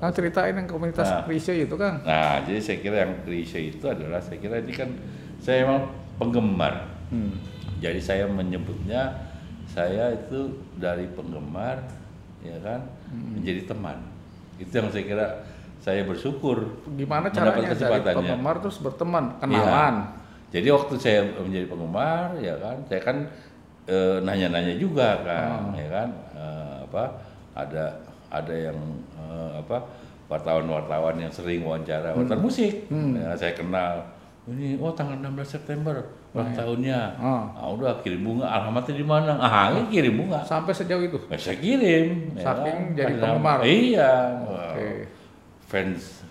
Kang ceritain yang komunitas Chrisye itu Kang. Nah, jadi saya kira yang Chrisye itu adalah, saya kira ini kan saya emang penggemar. Jadi saya menyebutnya saya itu dari penggemar, ya kan, menjadi teman. Itu yang saya kira saya bersyukur. Gimana caranya dari penggemar terus berteman, kenalan? Ya. Jadi waktu saya menjadi penggemar, ya kan, saya kan nanya-nanya juga kan, ya kan, ada yang wartawan-wartawan yang sering wawancara wartawan musik, ya, saya kenal. Ini tanggal 16 September ulang tahunnya. Udah kirim bunga, alamatnya di mana? Kirim bunga. Sampai sejauh itu? Saya kirim. Saking ya, jadi penggemar. Iya. Fans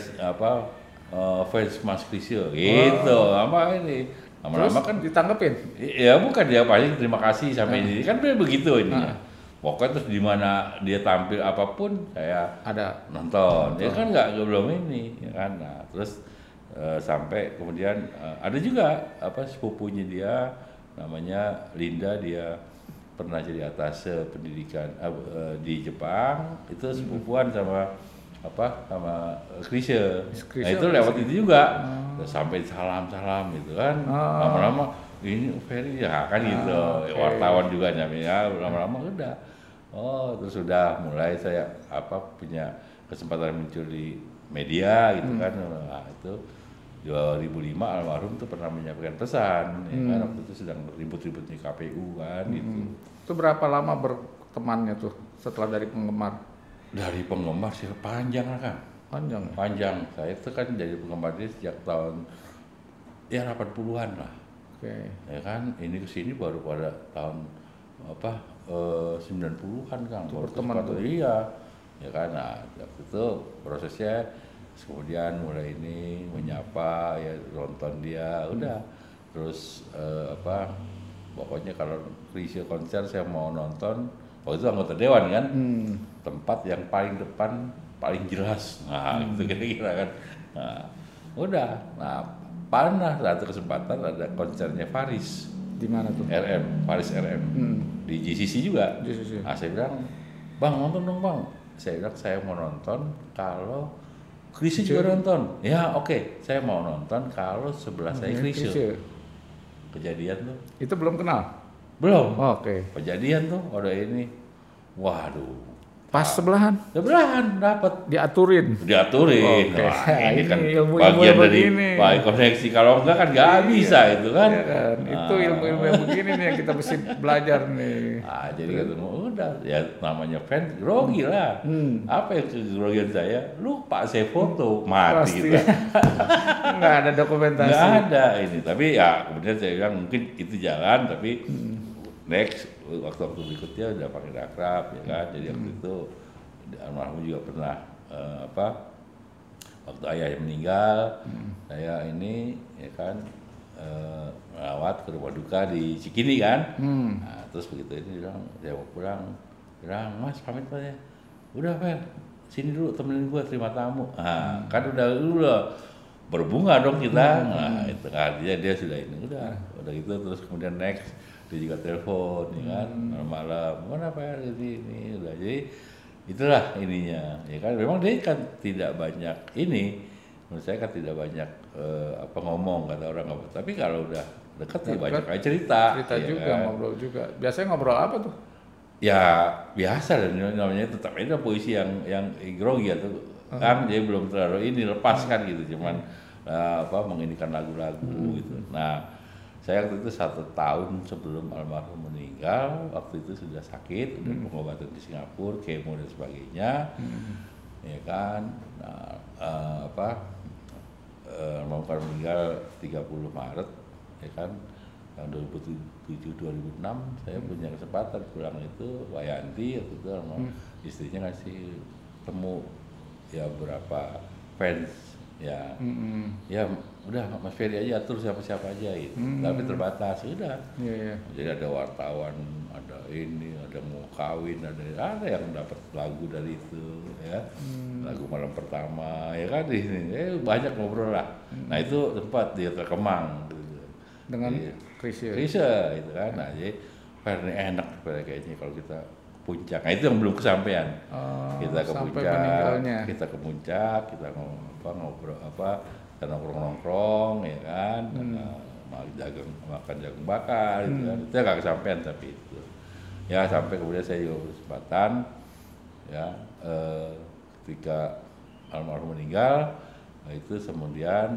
Mas Chrisye gitu. Apa ini? Lama-lama kan ditanggepin. Ya bukan, dia paling terima kasih sampai ini. Kan begitu ini. Pokoknya terus di mana dia tampil apapun saya ada nonton. Ya kan belum ini, ya kan. Nah, terus sampai kemudian ada juga sepupunya dia namanya Linda, dia pernah jadi atase pendidikan di Jepang, itu sepupuan sama Chrisye. Nah itu lewat itu juga sampai salam gitu kan. Lama-lama ini Ferry ya kan gitu. Wartawan juga namanya, lama-lama udah. Terus sudah mulai saya punya kesempatan muncul di media gitu kan. Nah, itu 2005 almarhum tuh pernah menyampaikan pesan, ya kan, waktu itu sedang ribut-ribut di KPU kan gitu. Itu berapa lama bertemannya tuh setelah dari penggemar? Dari penggemar sih panjang lah kan. Panjang. Saya itu kan jadi penggemar dia sejak tahun 80-an lah. Ya kan, ini kesini baru pada tahun 90-an Kang. Berteman tuh. Iya. Ya kan, nah waktu itu prosesnya kemudian mulai ini menyapa, ya nonton dia, udah. Terus pokoknya kalau Chrisye konser saya mau nonton, itu anggota dewan kan, tempat yang paling depan, paling jelas. Nah itu kira-kira kan. Nah, udah. Nah pernah satu kesempatan ada konsernya Faris. Di mana tuh? Faris RM. Di GCC juga. GCC. Nah saya bilang, Bang nonton dong Bang. Saya bilang saya mau nonton kalau Chrisye juga nonton. Ya oke, saya mau nonton kalau sebelah saya Chrisye. Kejadian tuh. Itu belum kenal? Belum. Oke. Kejadian tuh ada ini. Waduh. Pas sebelahan dapat. Diaturin. Oke. Nah, ini kan bagian dari koneksi. Kalau enggak kan nggak bisa itu kan. Ya kan? Itu ilmu-ilmu yang begini nih yang kita mesti belajar nih. Jadi ketemu udah ya namanya fans grogi lah. Apa yang kegrogian saya? Lupa saya foto mati gitu. Nggak ada dokumentasi. Nggak ada ini. Tapi ya kemudian saya bilang mungkin itu jalan, tapi next waktu berikutnya udah pakai akrab ya kan. Jadi waktu itu almarhum juga pernah waktu ayahnya meninggal, saya ini ya kan merawat ke rumah duka di Cikini kan. Nah, terus begitu ini dia mau pulang, bilang Mas pamit Pak ya. Udah Fer, sini dulu temenin gua terima tamu. Nah, kan udah berbunga dong kita. Nah itu kan dia sudah ini udah gitu. Terus kemudian next dia juga telepon, ya kan, malam, mana Pak ini udah. Jadi itulah ininya, ya kan. Memang dia kan tidak banyak ini, menurut saya kan tidak banyak ngomong kata orang apa. Tapi kalau udah dekat ya banyak kayak cerita ya juga kan? Ngobrol juga. Biasanya ngobrol apa tuh? Ya biasa dan namanya tetap itu puisi yang grogi atau kan dia belum terlalu ini lepas kan gitu, cuman menginginkan lagu-lagu gitu. Nah saya waktu itu 1 tahun sebelum almarhum meninggal, waktu itu sudah sakit, udah pengobatan di Singapura, kemo dan sebagainya, ya kan. Nah, almarhum meninggal 30 Maret, ya kan, tahun 2007-2006, saya punya kesempatan pulang itu, Wayanti waktu itu istrinya ngasih temu ya berapa fans. Ya, ya udah Mas Ferry aja atur siapa-siapa aja gitu. Tapi terbatas, udah. Jadi ada wartawan, ada ini, ada mau kawin, ada yang dapat lagu dari itu, ya. Lagu malam pertama, ya kan ini, banyak ngobrol lah. Nah itu tempat dia terkemang. Gitu. Dengan Chrisye itu kan, nah jadi Ferry enak kayaknya kalau kita puncak. Nah itu yang belum kesampaian. Kita ke sampai puncak, meninggalnya. kita ke puncak, kita ngobrol kita nongkrong ya kan, makan jagung bakar gitu kan. Itu agak kesampaian tapi itu. Ya sampai kemudian saya juga berkesempatan ya ketika almarhum meninggal itu kemudian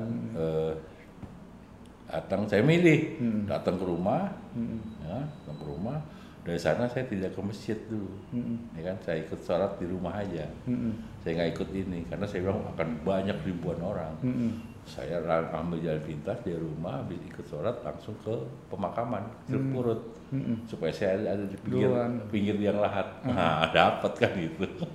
saya milih datang ke rumah, ya, datang ke rumah. Dari sana saya tidak ke masjid dulu, ya kan, saya ikut sholat di rumah aja. Saya nggak ikut ini karena saya bilang akan banyak ribuan orang. Saya ambil jalan pintas di rumah, habis ikut sholat langsung ke pemakaman Cilpurut, supaya saya ada di pinggir yang lahat. Nah, dapat kan gitu. Gitu.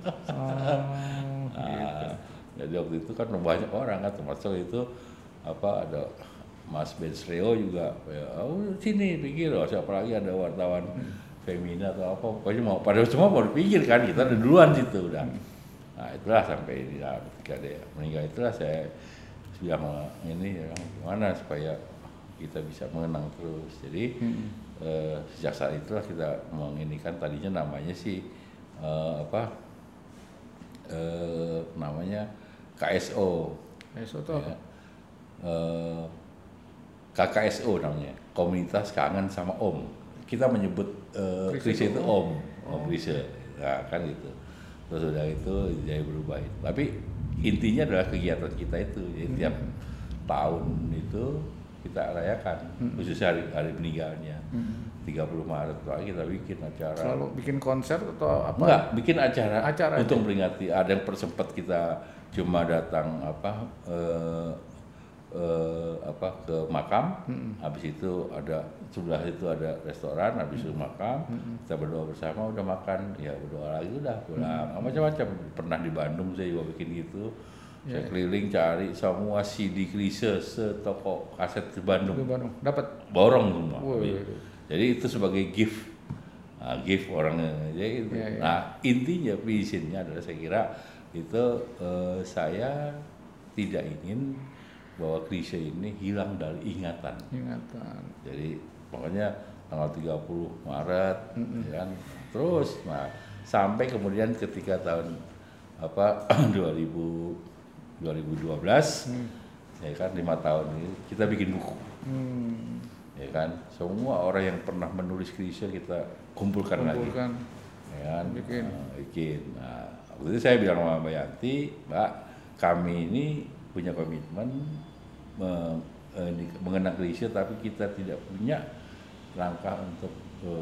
Jadi waktu itu kan banyak orang kan, termasuk itu ada Mas Bensreo juga, sini pinggir loh, siapa lagi ada wartawan Femina atau apa, pokoknya pada semua mau dipinggir kan, kita udah duluan situ udah. Nah itulah sampai ketika dia meninggal itulah saya bilang ini gimana supaya kita bisa mengenang terus. Jadi sejak saat itulah kita menginikan, tadinya namanya sih namanya KSO. KSO itu apa? KKSO namanya, Komunitas Kangen sama Om. Kita menyebut Krisya itu Om Krisya, nah, kan gitu. Terus udah itu jadi berubah itu. Tapi intinya adalah kegiatan kita itu. Jadi tiap tahun itu kita rayakan, khususnya hari meninggalnya. 30 Maret kita bikin acara. Selalu bikin konser atau apa? Enggak, bikin acara untuk aja. memperingati. Ada yang sempat kita cuma datang ke makam, habis itu sebelah itu ada restoran, habis itu makam, kita berdoa bersama, udah makan, ya berdoa lagi udah pulang, macam-macam. Pernah di Bandung saya juga bikin gitu, saya keliling cari semua CD Krisya setoko kaset di Bandung, dapat borong semua. Jadi itu sebagai gift orangnya, jadi itu. Nah intinya visinya adalah saya kira itu saya tidak ingin bahwa Krisya ini hilang dari ingatan. Jadi pokoknya tanggal 30 Maret ya kan. Terus sampai kemudian ketika tahun 2012 ya kan, 5 tahun ini kita bikin buku. Ya kan, semua orang yang pernah menulis Krisya kita kumpulkan lagi. Ya kan, bikin. Nah, waktu itu saya bilang sama Mbak Yanti, Mbak, kami ini punya komitmen mengenang Krisya, tapi kita tidak punya langkah untuk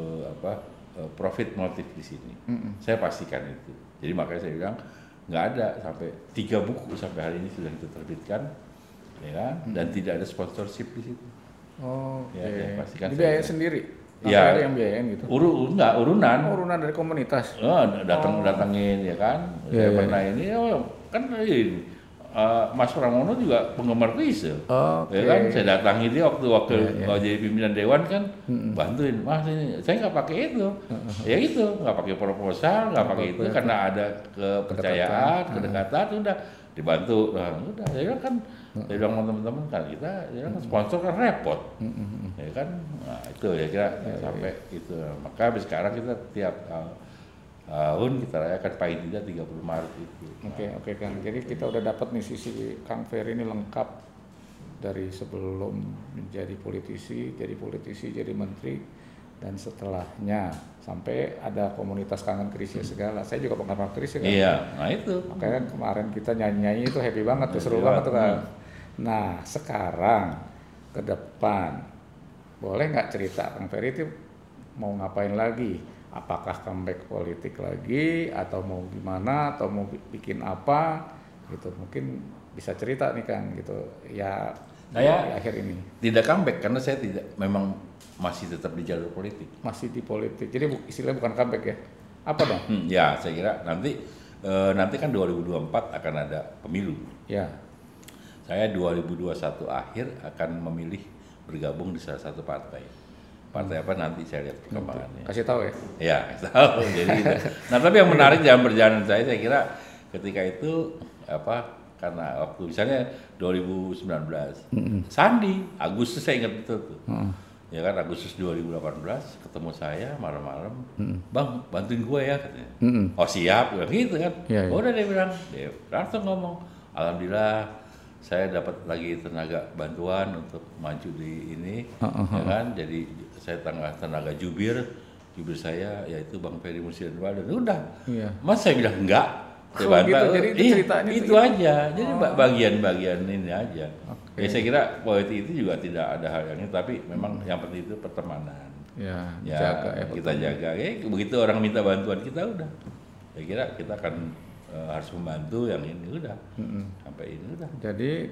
profit motif di sini. Saya pastikan itu. Jadi makanya saya bilang nggak ada, sampai 3 buku sampai hari ini sudah kita terbitkan, ya kan? Dan tidak ada sponsorship di situ. Ya, pastikan. Dibiayain sendiri. Ya, ada yang biayain gitu. Urunan dari komunitas. Datangin ya kan. Saya pernah ini kan ini. Mas Pramono juga penggemar Krisya, ya kan, saya datangi dia waktu jadi pimpinan dewan kan, bantuin, Mas ini, saya nggak pakai itu, ya itu, nggak pakai proposal, nggak pakai itu, karena ada kepercayaan, kedekatan, udah dibantu, udah, saya bilang kan, saya bilang teman-teman kan kita, sponsor kan repot, ya kan, nah itu ya kira sampai itu, maka habis sekarang kita tiap tahun kita rayakan paling tidak 30 Maret itu. Oke Kang. Jadi kita udah dapat nih sisi Kang Ferry ini lengkap dari sebelum menjadi politisi, jadi menteri, dan setelahnya sampai ada komunitas kangen Krisya segala. Saya juga penggemar Krisya kan. Iya, nah itu. Makanya kemarin kita nyanyi itu happy banget tuh, seru banget tuh kan. Nah sekarang ke depan boleh nggak cerita Kang Ferry itu mau ngapain lagi? Apakah comeback politik lagi atau mau gimana, atau mau bikin apa gitu, mungkin bisa cerita nih Kang gitu ya. Saya di akhir ini tidak comeback karena saya memang masih tetap di jalur politik, masih di politik, jadi istilahnya bukan comeback ya, apa dong? Ya saya kira nanti kan 2024 akan ada pemilu ya. Saya 2021 akhir akan memilih bergabung di salah satu partai apa nanti saya lihat perkembangannya. Kasih tahu ya? Ya, tahu. Jadi gitu. Nah, tapi yang menarik dalam perjalanan saya kira ketika itu karena waktu misalnya 2019 Sandi, Agustus saya ingat betul tuh. Ya kan Agustus 2018 ketemu saya malam-malam, Bang bantuin gue ya katanya. Oh siap, gitu kan. Iya, iya. Udah dia langsung ngomong, alhamdulillah saya dapat lagi tenaga bantuan untuk maju di ini, ya kan. Jadi saya tenaga jubir saya yaitu Bang Ferry Mursyid Badan. Udah, Mas saya bilang enggak. Oh, gitu. Jadi itu ceritanya itu aja. Jadi bagian-bagian ini aja. Ya saya kira politik itu juga tidak ada hal yang ini, tapi memang yang penting itu pertemanan. Ya, jaga ya, kita jaga. Ya, begitu orang minta bantuan kita udah. Saya kira kita akan harus membantu yang ini udah. Sampai ini udah. Jadi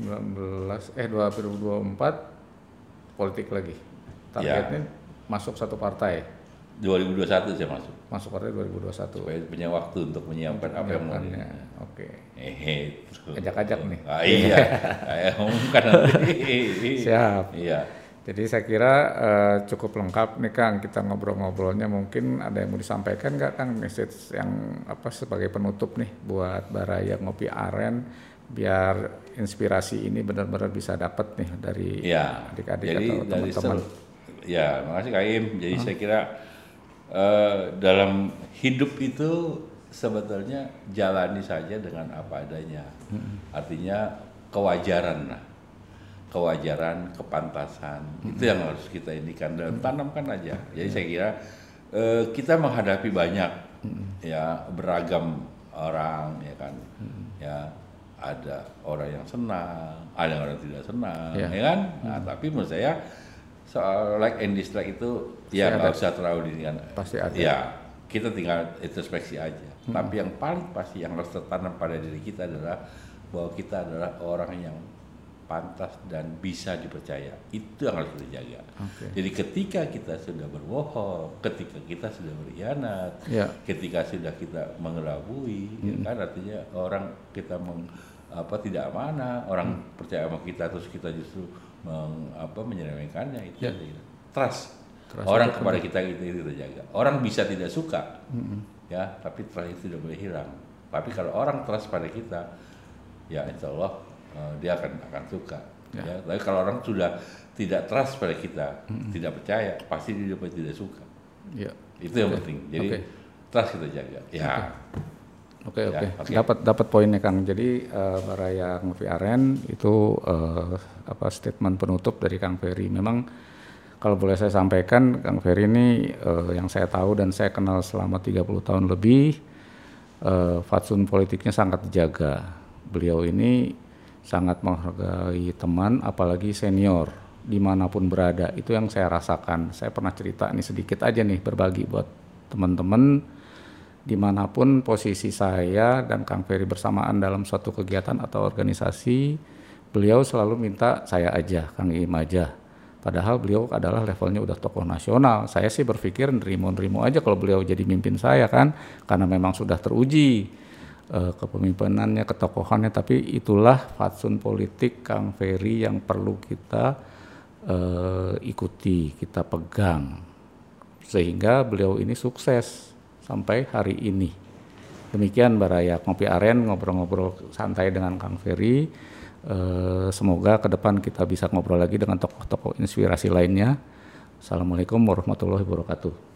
2024 politik lagi. Targetnya masuk satu partai. 2021 saya masuk Partai 2021. Supaya punya waktu untuk menyiapkan apa yang mau. Oke. Itu. Ajak-ajak nih. Iya. Saya umumkan nanti. Siap. Iya. Jadi saya kira cukup lengkap nih Kang, kita ngobrol-ngobrolnya. Mungkin ada yang mau disampaikan nggak Kang, message yang apa sebagai penutup nih buat Baraya Ngopi Aren biar inspirasi ini benar-benar bisa dapat nih dari adik-adik atau teman-teman. Ya, makasih Kak Im. Jadi saya kira dalam hidup itu sebetulnya jalani saja dengan apa adanya. Artinya kewajaran lah. Kewajaran, kepantasan, itu yang harus kita indikan dan tanamkan aja. Jadi saya kira kita menghadapi banyak ya beragam orang ya kan, ya ada orang yang senang, ada orang yang tidak senang, ya kan. Nah, tapi menurut saya soal like and dislike itu ya nggak usah terlalu dini kan. Pasti ada. Ya kita tinggal introspeksi aja. Tapi yang paling pasti yang harus tertanam pada diri kita adalah bahwa kita adalah orang yang pantas dan bisa dipercaya. Itu yang harus kita jaga. Jadi ketika kita sudah berbohong, ketika kita sudah berkhianat, ketika sudah kita mengelabui, ya kan artinya orang kita tidak amanah, orang percaya sama kita terus kita justru menyelewengkannya itu. Trust. Orang kepada kita itu jaga. Orang bisa tidak suka, ya, tapi trust itu tidak boleh hilang. Tapi kalau orang trust pada kita, ya insya Allah dia akan suka. Ya. Tapi kalau orang sudah tidak trust pada kita, tidak percaya, pasti dia tidak suka. Itu yang penting. Jadi trust kita jaga. Ya. Oke. Dapat poinnya Kang. Jadi Baraya Ngopi Aren itu statement penutup dari Kang Ferry. Memang kalau boleh saya sampaikan, Kang Ferry ini yang saya tahu dan saya kenal selama 30 tahun lebih, fatsun politiknya sangat dijaga. Beliau ini sangat menghargai teman, apalagi senior, dimanapun berada. Itu yang saya rasakan. Saya pernah cerita nih sedikit aja nih, berbagi buat teman-teman. Dimanapun posisi saya dan Kang Ferry bersamaan dalam suatu kegiatan atau organisasi, beliau selalu minta saya aja, Kang Im aja. Padahal beliau adalah levelnya udah tokoh nasional. Saya sih berpikir nerimo aja kalau beliau jadi mimpin saya kan, karena memang sudah teruji kepemimpinannya, ketokohannya. Tapi itulah fatsun politik Kang Ferry yang perlu kita ikuti, kita pegang, sehingga beliau ini sukses sampai hari ini. Demikian Baraya Ngopi Aren, ngobrol-ngobrol santai dengan Kang Ferry. Semoga ke depan kita bisa ngobrol lagi dengan tokoh-tokoh inspirasi lainnya. Assalamualaikum warahmatullahi wabarakatuh.